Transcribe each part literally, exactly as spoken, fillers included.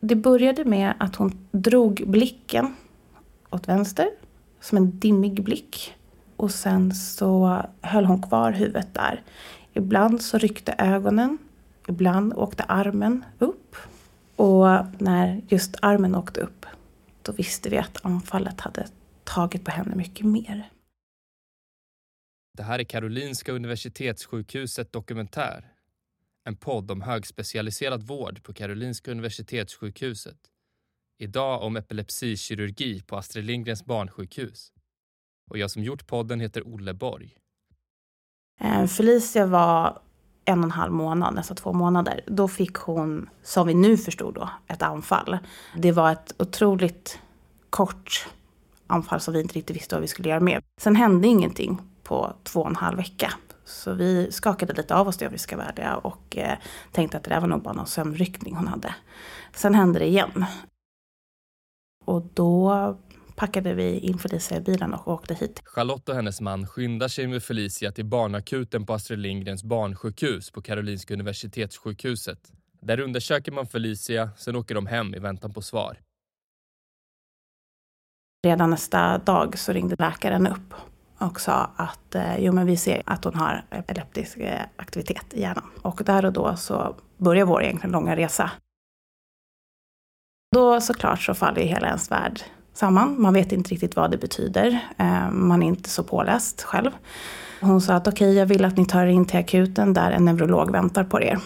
Det började med att hon drog blicken åt vänster, som en dimmig blick. Och sen så höll hon kvar huvudet där. Ibland så ryckte ögonen, ibland åkte armen upp. Och när just armen åkte upp, då visste vi att anfallet hade tagit på henne mycket mer. Det här är Karolinska Universitetssjukhuset Dokumentär. En podd om högspecialiserad vård på Karolinska Universitetssjukhuset. Idag om epilepsikirurgi på Astrid Lindgrens barnsjukhus. Och jag som gjort podden heter Olle Borg. Felicia var en och en halv månad, nästan två månader. Då fick hon, som vi nu förstod då, ett anfall. Det var ett otroligt kort anfall som vi inte riktigt visste vad vi skulle göra med. Sen hände ingenting på två och en halv vecka. Så vi skakade lite av oss det, om vi ska vara ärliga, och eh, tänkte att det där var nog bara någon sömnryckning hon hade. Sen hände det igen. Och då packade vi in Felicia i bilen och åkte hit. Charlotte och hennes man skyndar sig med Felicia till barnakuten på Astrid Lindgrens barnsjukhus på Karolinska Universitetssjukhuset. Där undersöker man Felicia, sen åker de hem i väntan på svar. Redan nästa dag så ringde läkaren upp och sa att eh, jo, men vi ser att hon har epileptisk eh, aktivitet i hjärnan. Och där och då så börjar vår egentligen långa resa. Då såklart så faller hela ens värld samman. Man vet inte riktigt vad det betyder. Eh, man är inte så påläst själv. Hon sa att okej, okay, jag vill att ni tar in till akuten där en neurolog väntar på er.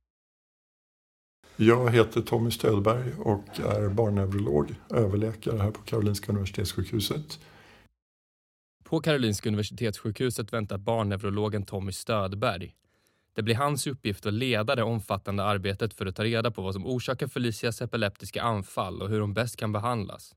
Jag heter Tommy Stödberg och är barnneurolog, överläkare här på Karolinska Universitetssjukhuset. På Karolinska Universitetssjukhuset väntar barnneurologen Tommy Stödberg. Det blir hans uppgift att leda det omfattande arbetet för att ta reda på vad som orsakar Felicias epileptiska anfall och hur de bäst kan behandlas.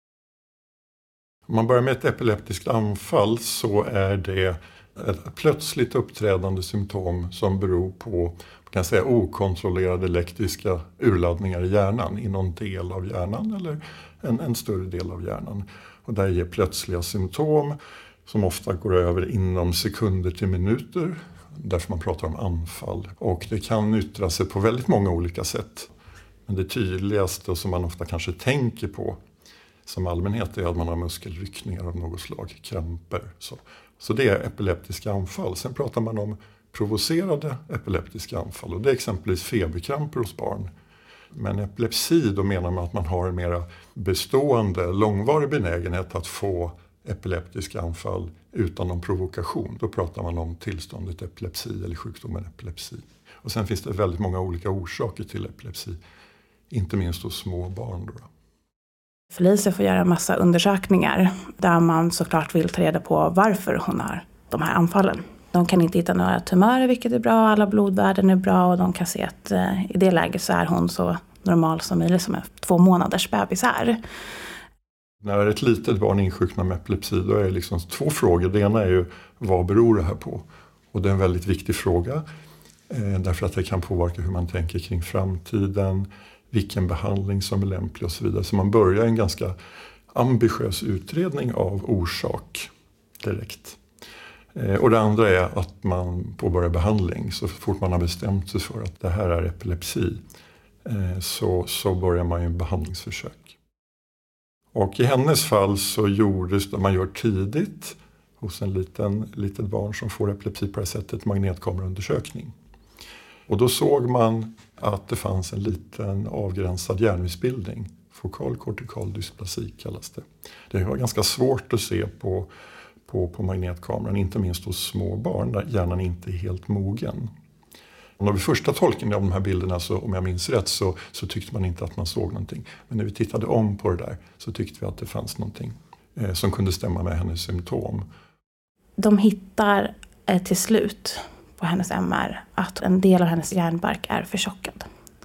Om man börjar med ett epileptiskt anfall så är det ett plötsligt uppträdande symptom som beror på, man kan säga, okontrollerade elektriska urladdningar i hjärnan, i någon del av hjärnan eller en, en större del av hjärnan. Och där ger plötsliga symptom som ofta går över inom sekunder till minuter, därför man pratar om anfall. Och det kan yttra sig på väldigt många olika sätt. Men det tydligaste och som man ofta kanske tänker på som allmänhet är att man har muskelryckningar av något slag, kramper. Så, så det är epileptiska anfall. Sen pratar man om provocerade epileptiska anfall, och det är exempelvis feberkramper hos barn. Men epilepsi, då menar man att man har en mera bestående, långvarig benägenhet att få epileptiska anfall utan någon provokation. Då pratar man om tillståndet epilepsi eller sjukdomen epilepsi. Och sen finns det väldigt många olika orsaker till epilepsi, inte minst hos små barn då. Felicia får göra en massa undersökningar där man såklart vill ta reda på varför hon har de här anfallen. De kan inte hitta några tumörer, vilket är bra. Alla blodvärden är bra och de kan se att eh, i det läget så är hon så normal som möjligt, som en två månaders bebis är. När ett litet barn insjuknar med epilepsi, då är det liksom två frågor. Det ena är ju, vad beror det här på? Och det är en väldigt viktig fråga. Eh, därför att det kan påverka hur man tänker kring framtiden, vilken behandling som är lämplig och så vidare. Så man börjar en ganska ambitiös utredning av orsak direkt. Och det andra är att man påbörjar behandling. Så fort man har bestämt sig för att det här är epilepsi så, så börjar man ju en behandlingsförsök. Och i hennes fall så gjordes det, man gör tidigt hos en liten, litet barn som får epilepsi på det sättet, magnetkameraundersökning. Och då såg man att det fanns en liten avgränsad hjärnmissbildning. Fokal kortikal dysplasi kallas det. Det var ganska svårt att se på, på, på magnetkameran, inte minst hos små barn där hjärnan inte är helt mogen. Och när vi första tolkningen av de här bilderna, så, om jag minns rätt, så, så tyckte man inte att man såg någonting. Men när vi tittade om på det där så tyckte vi att det fanns någonting eh, som kunde stämma med hennes symptom. De hittar eh, till slut på hennes M R att en del av hennes hjärnbark är förtjockad.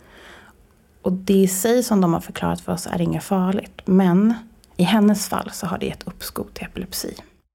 Och det i sig, som de har förklarat för oss, är inget farligt. Men i hennes fall så har det gett uppskov till epilepsi.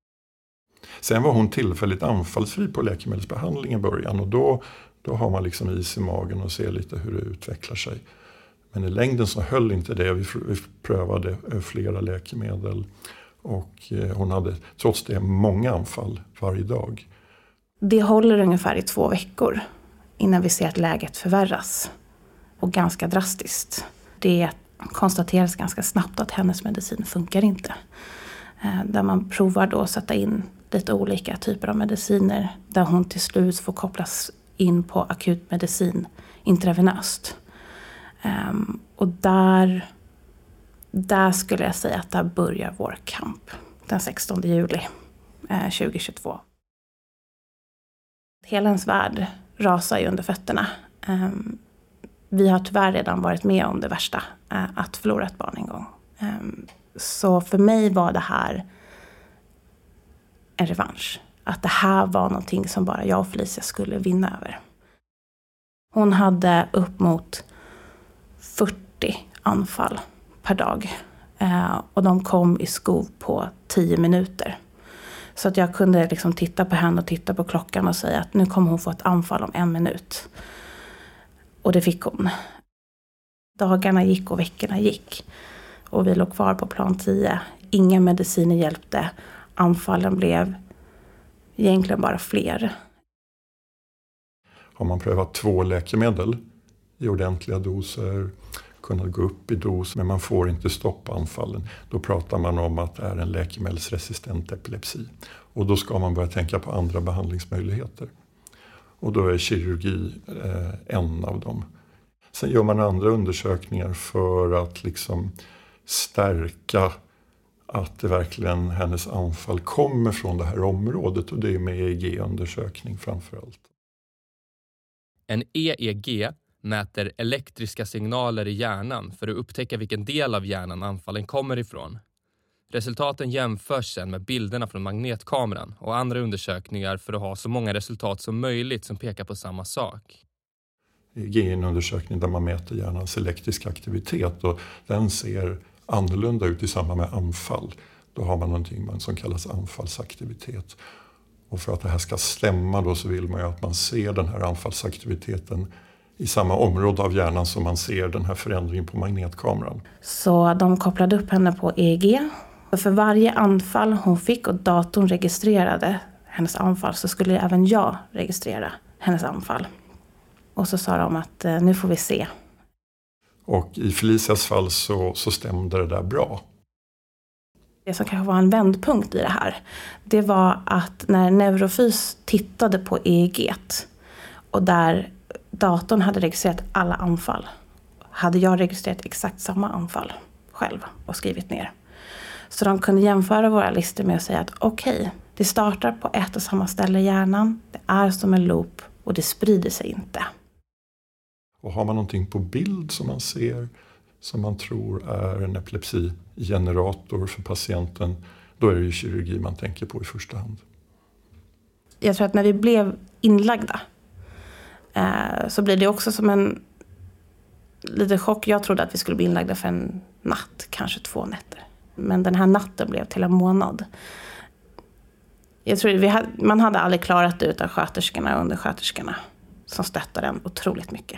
Sen var hon tillfälligt anfallsfri på läkemedelsbehandling i början. Och då, då har man liksom is i magen och ser lite hur det utvecklar sig. Men i längden så höll inte det. Vi, vi prövade flera läkemedel. Och hon hade trots det många anfall varje dag. Det håller ungefär i två veckor innan vi ser att läget förvärras. Och ganska drastiskt. Det konstateras ganska snabbt att hennes medicin funkar inte. Där man provar då att sätta in lite olika typer av mediciner där hon till slut får kopplas in på akutmedicin intravenöst. Um, och där, där skulle jag säga att där börjar vår kamp den sextonde juli eh, tjugohundratjugotvå. Hela ens värld rasar ju under fötterna. Um, vi har tyvärr redan varit med om det värsta, eh, att förlora ett barn en gång. Um, så för mig var det här en revansch. Att det här var någonting som bara jag och Felicia skulle vinna över. Hon hade upp mot fyrtio anfall per dag. Eh, och de kom i skov på tio minuter. Så att jag kunde liksom titta på henne och titta på klockan och säga att nu kommer hon få ett anfall om en minut. Och det fick hon. Dagarna gick och veckorna gick. Och vi låg kvar på plan tio. Inga mediciner hjälpte. Anfallen blev egentligen bara fler. Har man prövat två läkemedel i ordentliga doser, kunnat gå upp i dos, men man får inte stoppa anfallen. Då pratar man om att det är en läkemedelsresistent epilepsi. Och då ska man börja tänka på andra behandlingsmöjligheter. Och då är kirurgi eh, en av dem. Sen gör man andra undersökningar för att liksom stärka att det verkligen hennes anfall kommer från det här området. Och det är med E E G-undersökning framförallt. En E E G mäter elektriska signaler i hjärnan för att upptäcka vilken del av hjärnan anfallen kommer ifrån. Resultaten jämförs sedan med bilderna från magnetkameran och andra undersökningar för att ha så många resultat som möjligt som pekar på samma sak. E E G är en undersökning där man mäter hjärnans elektriska aktivitet och den ser annorlunda ut i samband med anfall. Då har man någonting som kallas anfallsaktivitet. Och för att det här ska stämma då så vill man ju att man ser den här anfallsaktiviteten i samma område av hjärnan som man ser den här förändringen på magnetkameran. Så de kopplade upp henne på E E G. Och för varje anfall hon fick och datorn registrerade hennes anfall så skulle även jag registrera hennes anfall. Och så sa de att eh, nu får vi se. Och i Felicias fall så, så stämde det där bra. Det som kanske var en vändpunkt i det här, det var att när Neurofys tittade på E E G och där datorn hade registrerat alla anfall, hade jag registrerat exakt samma anfall själv och skrivit ner. Så de kunde jämföra våra listor med att säga att okej, okay, det startar på ett och samma ställe i hjärnan, det är som en loop och det sprider sig inte. Och har man någonting på bild som man ser som man tror är en epilepsigenerator för patienten, då är det ju kirurgi man tänker på i första hand. Jag tror att när vi blev inlagda eh, så blir det också som en liten chock. Jag trodde att vi skulle bli inlagda för en natt, kanske två nätter. Men den här natten blev till en månad. Jag tror vi hade, man hade aldrig klarat det utan sköterskorna och undersköterskorna som stöttade den otroligt mycket.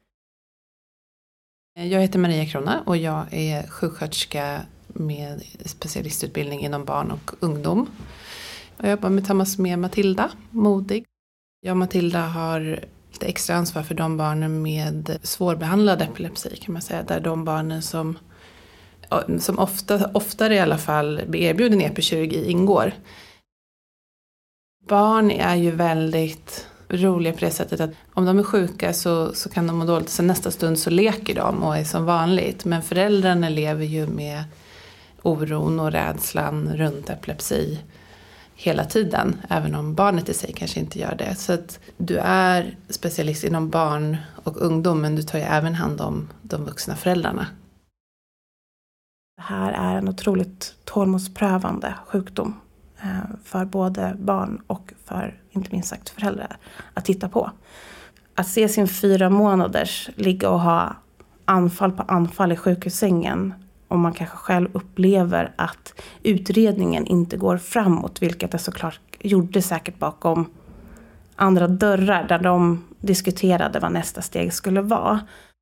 Jag heter Maria Krona och jag är sjuksköterska med specialistutbildning inom barn och ungdom. Jag jobbar tillsammans med Matilda Modig. Jag och Matilda har lite extra ansvar för de barnen med svårbehandlad epilepsi kan man säga. Där de barnen som, som ofta, oftare i alla fall blir erbjuden epikirurgi ingår. Barn är ju väldigt roliga på det sättet att om de är sjuka så, så kan de må dåligt. Sen nästa stund så leker de och är som vanligt. Men föräldrarna lever ju med oron och rädslan runt epilepsi hela tiden. Även om barnet i sig kanske inte gör det. Så att du är specialist inom barn och ungdom men du tar ju även hand om de vuxna föräldrarna. Det här är en otroligt tålmodsprövande sjukdom för både barn och för inte minst sagt föräldrar att titta på. Att se sin fyra månaders ligga och ha anfall på anfall i sjukhussängen om man kanske själv upplever att utredningen inte går framåt, vilket det såklart gjorde säkert bakom andra dörrar där de diskuterade vad nästa steg skulle vara.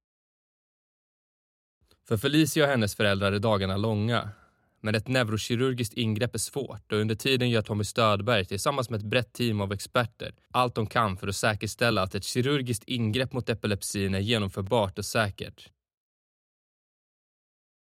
För Felicia och hennes föräldrar är dagarna långa. Men ett neurokirurgiskt ingrepp är svårt och under tiden gör Tommy Stödberg tillsammans med ett brett team av experter allt de kan för att säkerställa att ett kirurgiskt ingrepp mot epilepsin är genomförbart och säkert.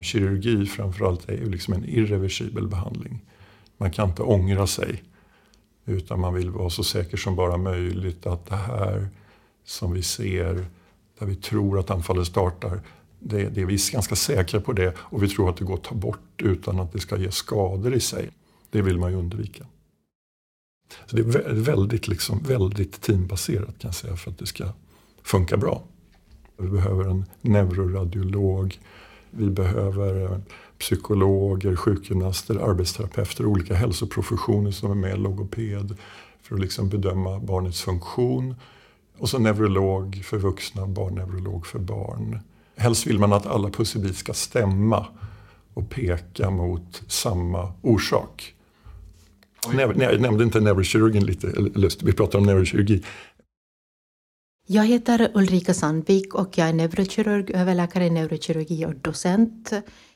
Kirurgi framförallt är ju liksom en irreversibel behandling. Man kan inte ångra sig, utan man vill vara så säker som bara möjligt att det här som vi ser, där vi tror att anfallet startar, det, det är vi ganska säkra på det, och vi tror att det går att ta bort utan att det ska ge skador i sig. Det vill man ju undvika. Så det är väldigt, liksom, väldigt teambaserat kan jag säga för att det ska funka bra. Vi behöver en neuroradiolog, vi behöver psykologer, sjukgymnaster, arbetsterapeuter, olika hälsoprofessioner som är med, logoped, för att liksom bedöma barnets funktion. Och så neurolog för vuxna, barnneurolog för barn. Helst vill man att alla pusselbit ska stämma och peka mot samma orsak. Nej, jag nämnde inte neurokirurgen lite, eller vi pratar om neurokirurgi. Jag heter Ulrika Sandvik och jag är neurokirurg, överläkare i neurokirurgi och docent.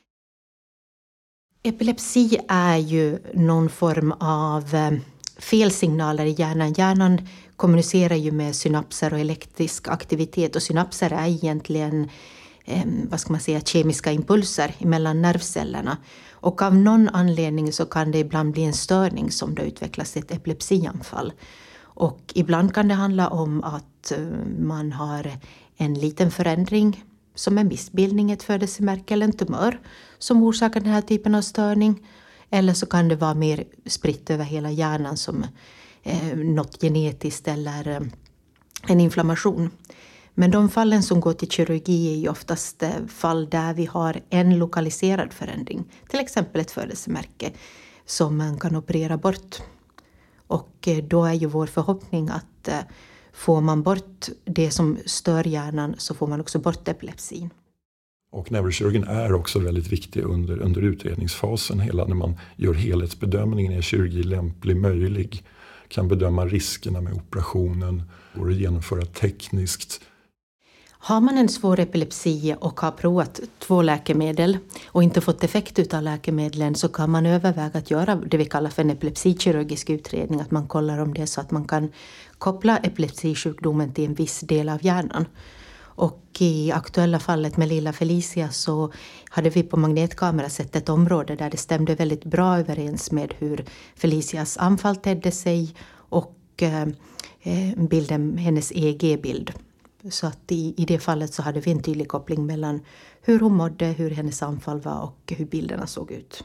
Epilepsi är ju någon form av felsignaler i hjärnan. Hjärnan kommunicerar ju med synapser och elektrisk aktivitet, och synapser är egentligen eh, vad ska man säga, kemiska impulser mellan nervcellerna. Och av någon anledning så kan det ibland bli en störning som då utvecklas ett epilepsianfall. Och ibland kan det handla om att man har en liten förändring som en missbildning, ett födelsemärke eller en tumör som orsakar den här typen av störning. Eller så kan det vara mer spritt över hela hjärnan som eh, något genetiskt eller eh, en inflammation. Men de fallen som går till kirurgi är ju oftast fall där vi har en lokaliserad förändring. Till exempel ett födelsemärke som man kan operera bort. Och då är ju vår förhoppning att får man bort det som stör hjärnan så får man också bort epilepsin. Och neurokirurgen är också väldigt viktig under, under utredningsfasen. Hela, när man gör helhetsbedömningen, är kirurgi lämplig, möjlig, kan bedöma riskerna med operationen, går att genomföra tekniskt. Har man en svår epilepsi och har provat två läkemedel och inte fått effekt av läkemedlen, så kan man överväga att göra det vi kallar för en epilepsikirurgisk utredning. Att man kollar om det är så att man kan koppla epilepsisjukdomen till en viss del av hjärnan. Och i aktuella fallet med lilla Felicia så hade vi på magnetkamera sett ett område där det stämde väldigt bra överens med hur Felicias anfall tedde sig och eh, bilden, hennes E E G-bild. Så att i, i det fallet så hade vi en tydlig koppling mellan hur hon mådde, hur hennes anfall var och hur bilderna såg ut.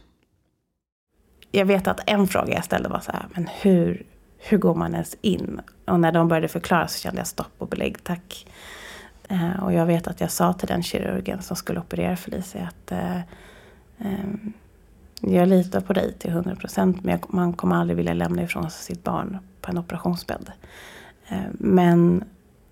Jag vet att en fråga jag ställde var så här, men hur, hur går man ens in? Och när de började förklara så kände jag stopp och belägg, tack. Eh, och jag vet att jag sa till den kirurgen som skulle operera Felicia att eh, eh, jag litar på dig till hundra procent, men jag, man kommer aldrig vilja lämna ifrån sig sitt barn på en operationsbädd. Eh, men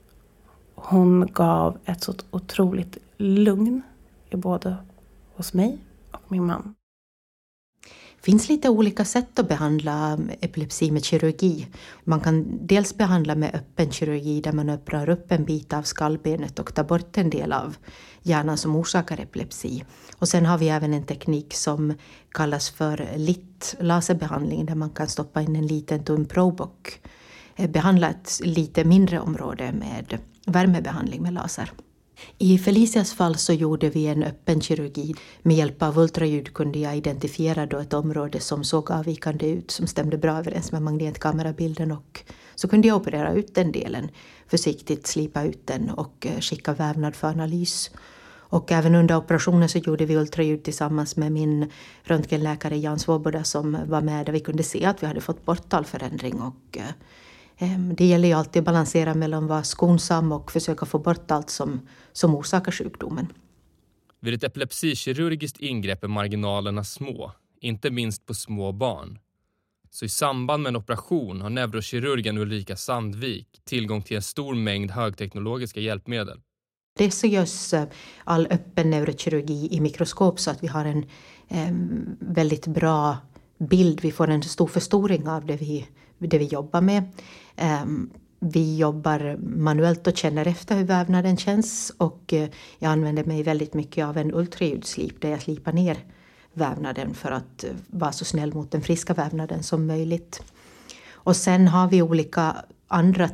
hon gav ett så otroligt lugn i både hos mig och min man. Det finns lite olika sätt att behandla epilepsi med kirurgi. Man kan dels behandla med öppen kirurgi där man öppnar upp en bit av skallbenet och tar bort en del av hjärnan som orsakar epilepsi. Och sen har vi även en teknik som kallas för L I T-laserbehandling där man kan stoppa in en liten tunn probe och behandla ett lite mindre område med värmebehandling med laser. I Felicias fall så gjorde vi en öppen kirurgi. Med hjälp av ultraljud kunde jag identifiera då ett område som såg avvikande ut, som stämde bra överens med magnetkamerabilden, och så kunde jag operera ut den delen, försiktigt slipa ut den och skicka vävnad för analys. Och även under operationen så gjorde vi ultraljud tillsammans med min röntgenläkare Jan Svoboda som var med, där vi kunde se att vi hade fått bort all förändring. Och det gäller ju alltid att balansera mellan att vara skonsam och försöka få bort allt som, som orsakar sjukdomen. Vid ett epilepsikirurgiskt ingrepp är marginalerna små, inte minst på små barn. Så i samband med en operation har neurokirurgen Ulrika Sandvik tillgång till en stor mängd högteknologiska hjälpmedel. Det så görs all öppen neurokirurgi i mikroskop så att vi har en eh, väldigt bra bild. Vi får en stor förstoring av det vi, det vi jobbar med. Eh, vi jobbar manuellt och känner efter hur vävnaden känns. Och eh, jag använder mig väldigt mycket av en ultraljudslip där jag slipar ner vävnaden för att eh, vara så snäll mot den friska vävnaden som möjligt. Och sen har vi olika andra te-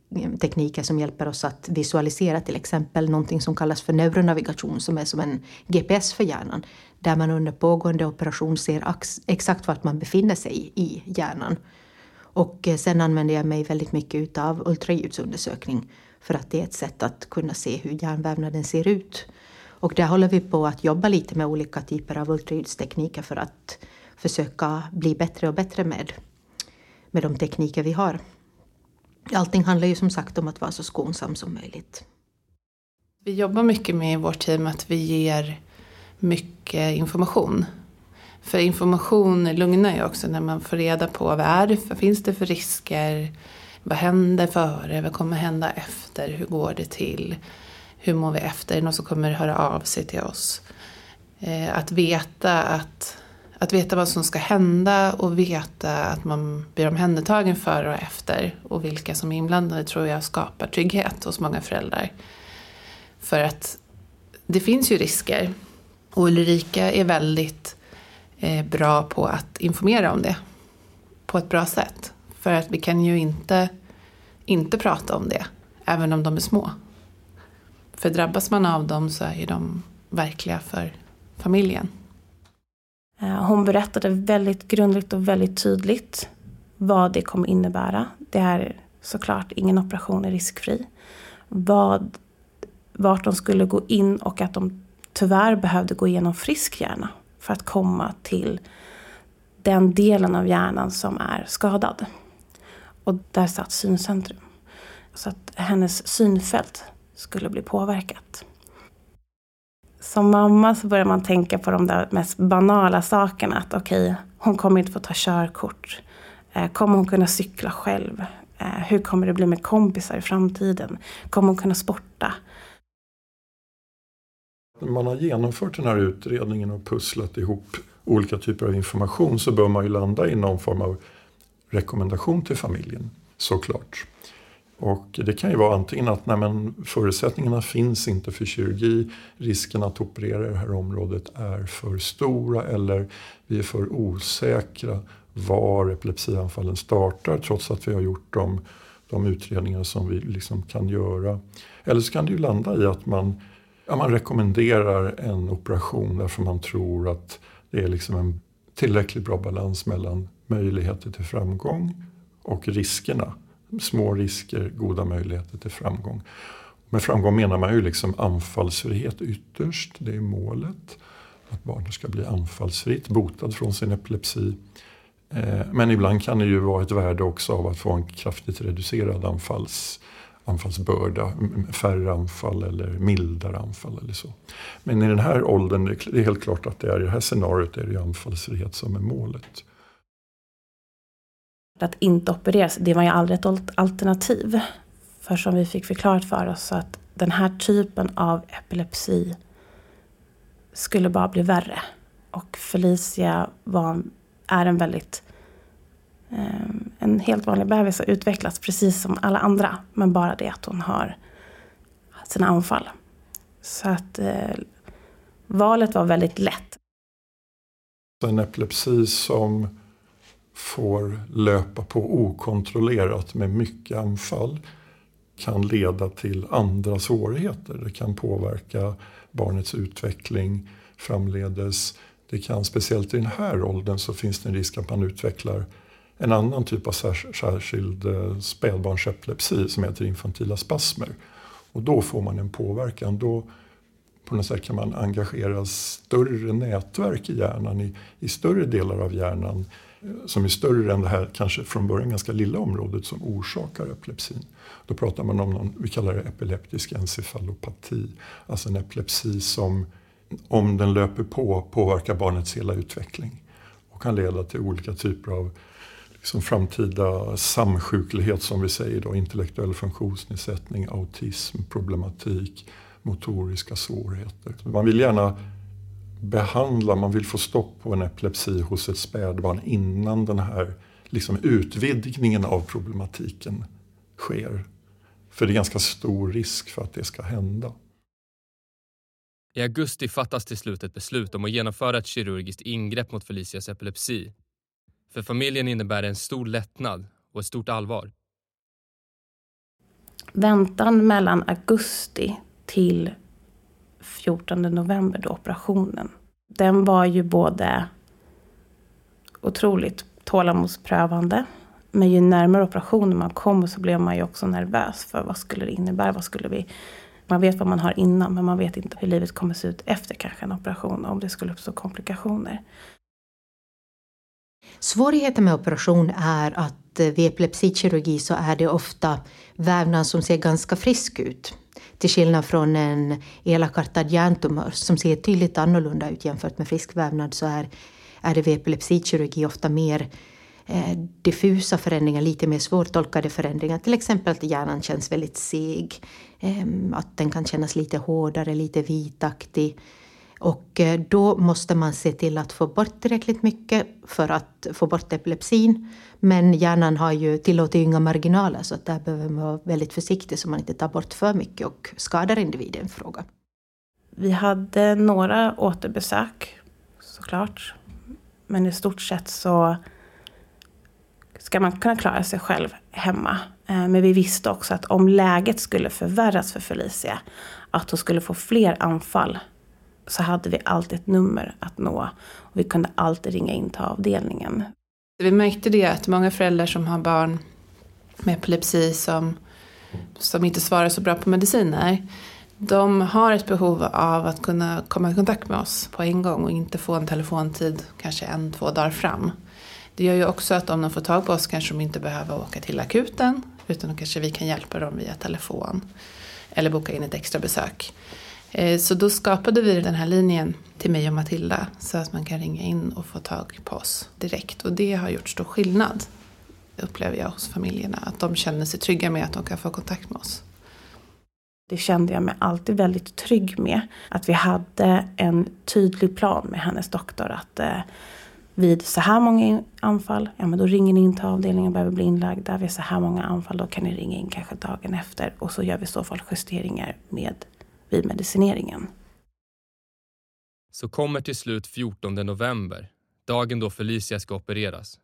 tekniker som hjälper oss att visualisera till exempel någonting som kallas för neuronavigation, som är som en G P S för hjärnan, där man under pågående operation ser exakt vart man befinner sig i hjärnan. Och sen använder jag mig väldigt mycket av ultraljudsundersökning för att det är ett sätt att kunna se hur hjärnvävnaden ser ut. Och där håller vi på att jobba lite med olika typer av ultraljudstekniker för att försöka bli bättre och bättre med, med de tekniker vi har. Allting handlar ju som sagt om att vara så skonsam som möjligt. Vi jobbar mycket med i vårt team att vi ger mycket information. För information lugnar ju också när man får reda på vad är det, vad finns det för risker, vad händer före, vad kommer hända efter, hur går det till, hur mår vi efter, någon som kommer höra av sig till oss. Att veta att, att veta vad som ska hända och veta att man blir omhändertagen före och efter och vilka som är inblandade tror jag skapar trygghet hos många föräldrar. För att det finns ju risker och Ulrika är väldigt eh, bra på att informera om det på ett bra sätt. För att vi kan ju inte, inte prata om det även om de är små. För drabbas man av dem så är ju de verkliga för familjen. Hon berättade väldigt grundligt och väldigt tydligt vad det kommer innebära. Det är såklart ingen operation är riskfri. Vad, vart de skulle gå in och att de tyvärr behövde gå igenom frisk hjärna för att komma till den delen av hjärnan som är skadad. Och där satt syncentrum. Så att hennes synfält skulle bli påverkat. Som mamma så börjar man tänka på de där mest banala sakerna. Att okej, okay, hon kommer inte få ta körkort. Eh, kommer hon kunna cykla själv? Eh, hur kommer det bli med kompisar i framtiden? Kommer hon kunna sporta? När man har genomfört den här utredningen och pusslat ihop olika typer av information så bör man ju landa i någon form av rekommendation till familjen, såklart. Och det kan ju vara antingen att nej, men förutsättningarna finns inte för kirurgi, risken att operera i det här området är för stora eller vi är för osäkra var epilepsianfallen startar trots att vi har gjort de, de utredningar som vi liksom kan göra. Eller så kan det ju landa i att man, ja, man rekommenderar en operation därför man tror att det är liksom en tillräckligt bra balans mellan möjligheter till framgång och riskerna. Små risker, goda möjligheter till framgång. Med framgång menar man ju liksom anfallsfrihet ytterst. Det är målet. Att barnet ska bli anfallsfritt, botad från sin epilepsi. Men ibland kan det ju vara ett värde också av att få en kraftigt reducerad anfalls, anfallsbörda. Färre anfall eller mildare anfall eller så. Men i den här åldern, det är helt klart att det är i det här scenariot är det ju anfallsfrihet som är målet. Att inte opereras, det var ju aldrig ett alternativ. För som vi fick förklarat för oss så att den här typen av epilepsi skulle bara bli värre. Och Felicia var, är en väldigt eh, en helt vanlig bebis och utvecklas precis som alla andra. Men bara det att hon har sina anfall. Så att eh, valet var väldigt lätt. En epilepsi som får löpa på okontrollerat med mycket anfall kan leda till andra svårigheter. Det kan påverka barnets utveckling framledes. Det kan, speciellt i den här åldern så finns det en risk att man utvecklar en annan typ av särskild spädbarnsepilepsi som heter infantila spasmer. Och då får man en påverkan. Då på något sätt kan man engagera större nätverk i hjärnan, i, i större delar av hjärnan som är större än det här kanske från början ganska lilla området som orsakar epilepsin. Då pratar man om någon, vi kallar det epileptisk encefalopati. Alltså en epilepsi som om den löper på påverkar barnets hela utveckling. Och kan leda till olika typer av liksom framtida samsjuklighet som vi säger då. Intellektuell funktionsnedsättning, autism, problematik, motoriska svårigheter. Man vill gärna behandla, man vill få stopp på en epilepsi hos ett spädbarn innan den här liksom utvidgningen av problematiken sker. För det är ganska stor risk för att det ska hända. I augusti fattas till slut ett beslut om att genomföra ett kirurgiskt ingrepp mot Felicias epilepsi. För familjen innebär det en stor lättnad och ett stort allvar. Väntan mellan augusti till fjortonde november då operationen. Den var ju både otroligt tålamodsprövande. Men ju närmare operationen man kommer så blev man ju också nervös för vad skulle det innebära. Vad skulle vi... Man vet vad man har innan men man vet inte hur livet kommer se ut efter kanske en operation. Om det skulle uppstå komplikationer. Svårigheten med operation är att vid epilepsikirurgi så är det ofta vävnad som ser ganska frisk ut. Till skillnad från en elakartad hjärntumör som ser tydligt annorlunda ut jämfört med frisk vävnad så är, är det vid epilepsikirurgi ofta mer eh, diffusa förändringar, lite mer svårtolkade förändringar. Till exempel att hjärnan känns väldigt seg, eh, att den kan kännas lite hårdare, lite vitaktig. Och då måste man se till att få bort tillräckligt mycket för att få bort epilepsin. Men hjärnan har ju tillåtit inga marginaler så att där behöver man vara väldigt försiktig så man inte tar bort för mycket och skadar individen i fråga. Vi hade några återbesök såklart. Men i stort sett så ska man kunna klara sig själv hemma. Men vi visste också att om läget skulle förvärras för Felicia, att hon skulle få fler anfall, så hade vi alltid ett nummer att nå. Och vi kunde alltid ringa in till avdelningen. Vi märkte det att många föräldrar som har barn med epilepsi som, som inte svarar så bra på mediciner, de har ett behov av att kunna komma i kontakt med oss på en gång och inte få en telefontid kanske en, två dagar fram. Det gör ju också att om de får tag på oss kanske de inte behöver åka till akuten, utan kanske vi kan hjälpa dem via telefon eller boka in ett extra besök. Så då skapade vi den här linjen till mig och Matilda så att man kan ringa in och få tag på oss direkt. Och det har gjort stor skillnad, upplever jag, hos familjerna. Att de känner sig trygga med att de kan få kontakt med oss. Det kände jag mig alltid väldigt trygg med. Att vi hade en tydlig plan med hennes doktor. Att eh, vid så här många anfall, ja men då ringer ni in till avdelningen och behöver bli inlagda. Vid så här många anfall, då kan ni ringa in kanske dagen efter. Och så gör vi i så fall justeringar med vid medicineringen. Så kommer till slut fjortonde november, dagen då Felicia ska opereras.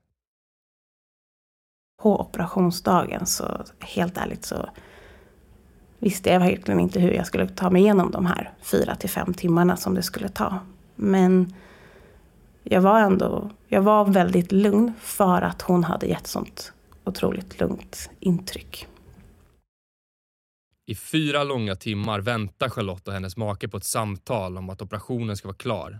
På operationsdagen så helt ärligt så visste jag verkligen inte hur jag skulle ta mig igenom de här fyra till fem timmarna som det skulle ta. Men jag var ändå, jag var väldigt lugn för att hon hade gett sånt otroligt lugnt intryck. I fyra långa timmar väntar Charlotte och hennes make på ett samtal om att operationen ska vara klar.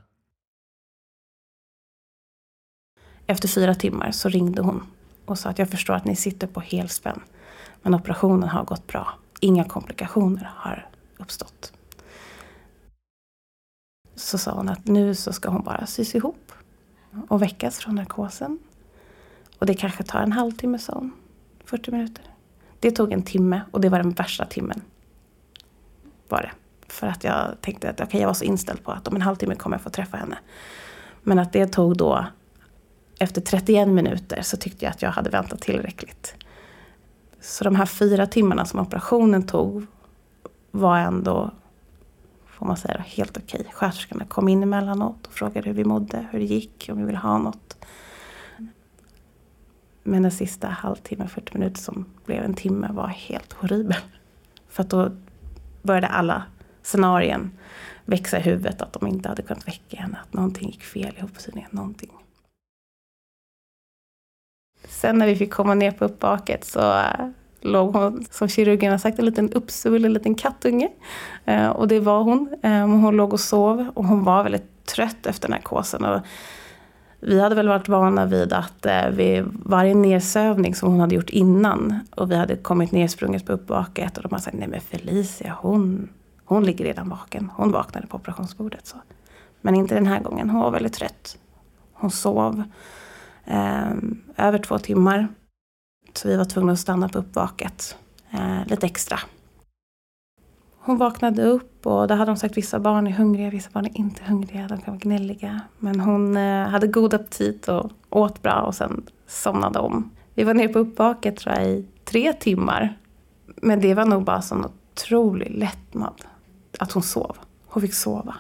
Efter fyra timmar så ringde hon och sa att jag förstår att ni sitter på helspänn. Men operationen har gått bra. Inga komplikationer har uppstått. Så sa hon att nu så ska hon bara sys ihop och väckas från narkosen. Och det kanske tar en halvtimme, sa hon. fyrtio minuter. Det tog en timme och det var den värsta timmen. Var det. För att jag tänkte att okay, jag var så inställd på att om en halvtimme kommer jag få träffa henne. Men att det tog då, efter trettioen minuter så tyckte jag att jag hade väntat tillräckligt. Så de här fyra timmarna som operationen tog var ändå, får man säga, helt okej. Sköterskorna kom in emellanåt och frågade hur vi mådde, hur det gick, om vi ville ha något. Men den sista halvtimme, fyrtio minuter som blev en timme var helt horribel. För att då började alla scenarien växa i huvudet att de inte hade kunnat väcka henne. Att någonting gick fel i hopsyningen, någonting. Sen när vi fick komma ner på uppbaket så äh, låg hon, som kirurgen har sagt, en liten uppsvullen liten kattunge. Äh, och det var hon. Äh, hon låg och sov och hon var väldigt trött efter narkosen. Och vi hade väl varit vana vid att eh, vid varje nedsövning som hon hade gjort innan och vi hade kommit nersprunget på uppbaket och de hade sagt, nej men Felicia, hon, hon ligger redan vaken. Hon vaknade på operationsbordet. Så. Men inte den här gången, hon var väldigt trött. Hon sov eh, över två timmar. Så vi var tvungna att stanna på uppvaket eh, lite extra. Hon vaknade upp och då hade de sagt vissa barn är hungriga, vissa barn är inte hungriga, de kan vara gnälliga. Men hon eh, hade god aptit och åt bra och sen somnade om. Vi var nere på uppvaket tror jag i tre timmar. Men det var nog bara sån otrolig lättnad att hon sov. Hon fick sova.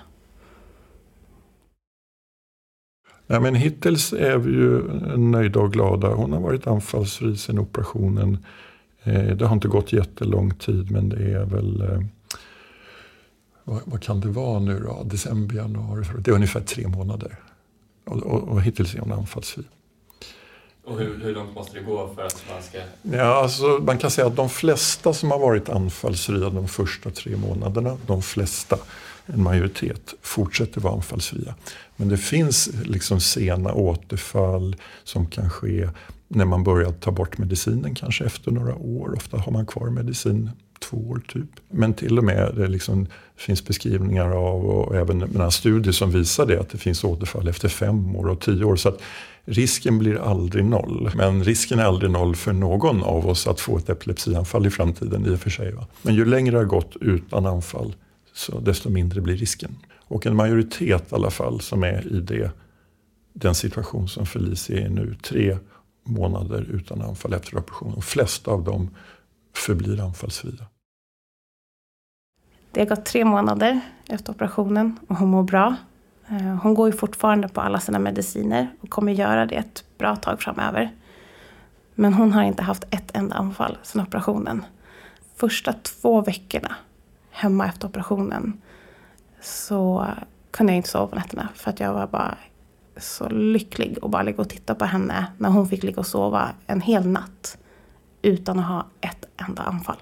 Ja, men hittills är vi ju nöjda och glada. Hon har varit anfallsfri sedan operationen. Det har inte gått jättelång tid, men det är väl, vad, vad kan det vara nu då? December, januari, det är ungefär tre månader. Och, och, och hittills är hon anfallsfri. Och hur, hur långt måste det gå för att man ska... Ja, alltså, man kan säga att de flesta som har varit anfallsfria de första tre månaderna, de flesta, en majoritet, fortsätter vara anfallsfria. Men det finns liksom sena återfall som kan ske när man börjar ta bort medicinen, kanske efter några år. Ofta har man kvar medicin två år typ. Men till och med det liksom finns beskrivningar av, och även några studier som visar det, att det finns återfall efter fem år och tio år. Så att risken blir aldrig noll. Men risken är aldrig noll för någon av oss att få ett epilepsianfall i framtiden i och för sig. Va? Men ju längre det har gått utan anfall, så desto mindre blir risken. Och en majoritet i alla fall som är i det, den situation som Felicia är nu, tre månader utan anfall efter operation. De flesta av dem förblir anfallsfria. Det har gått tre månader efter operationen och hon mår bra. Hon går ju fortfarande på alla sina mediciner och kommer göra det ett bra tag framöver. Men hon har inte haft ett enda anfall sedan operationen. Första två veckorna hemma efter operationen så kunde jag inte sova på nätterna, för att jag var bara så lycklig och bara ligga och titta på henne när hon fick ligga och sova en hel natt utan att ha ett enda anfall.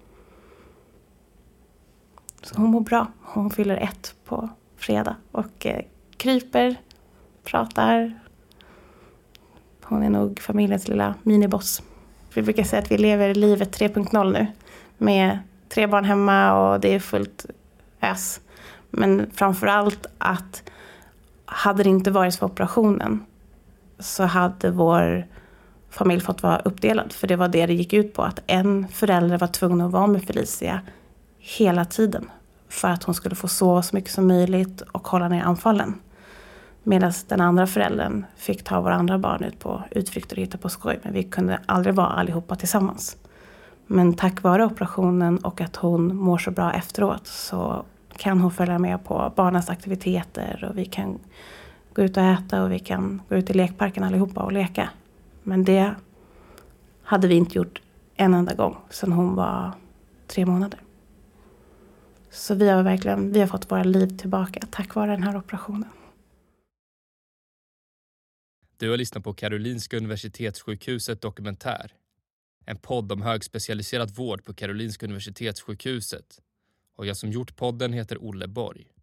Så hon mår bra. Hon fyller ett på fredag och eh, kryper, pratar. Hon är nog familjens lilla miniboss. Vi brukar säga att vi lever livet tre punkt noll nu. Med tre barn hemma och det är fullt ös. Men framförallt att hade det inte varit för operationen så hade vår familj fått vara uppdelad. För det var det det gick ut på. Att en förälder var tvungen att vara med Felicia hela tiden. För att hon skulle få sova så mycket som möjligt och hålla ner anfallen. Medan den andra föräldern fick ta våra andra barn ut på utflykter och hitta på skoj. Men vi kunde aldrig vara allihopa tillsammans. Men tack vare operationen och att hon mår så bra efteråt så kan hon följa med på barnens aktiviteter. Och vi kan gå ut och äta och vi kan gå ut i lekparken allihopa och leka. Men det hade vi inte gjort en enda gång sedan hon var tre månader. Så vi har verkligen vi har fått våra liv tillbaka tack vare den här operationen. Du har lyssnat på Karolinska Universitetssjukhuset Dokumentär. En podd om högspecialiserad vård på Karolinska Universitetssjukhuset. Och jag som gjort podden heter Olle Borg.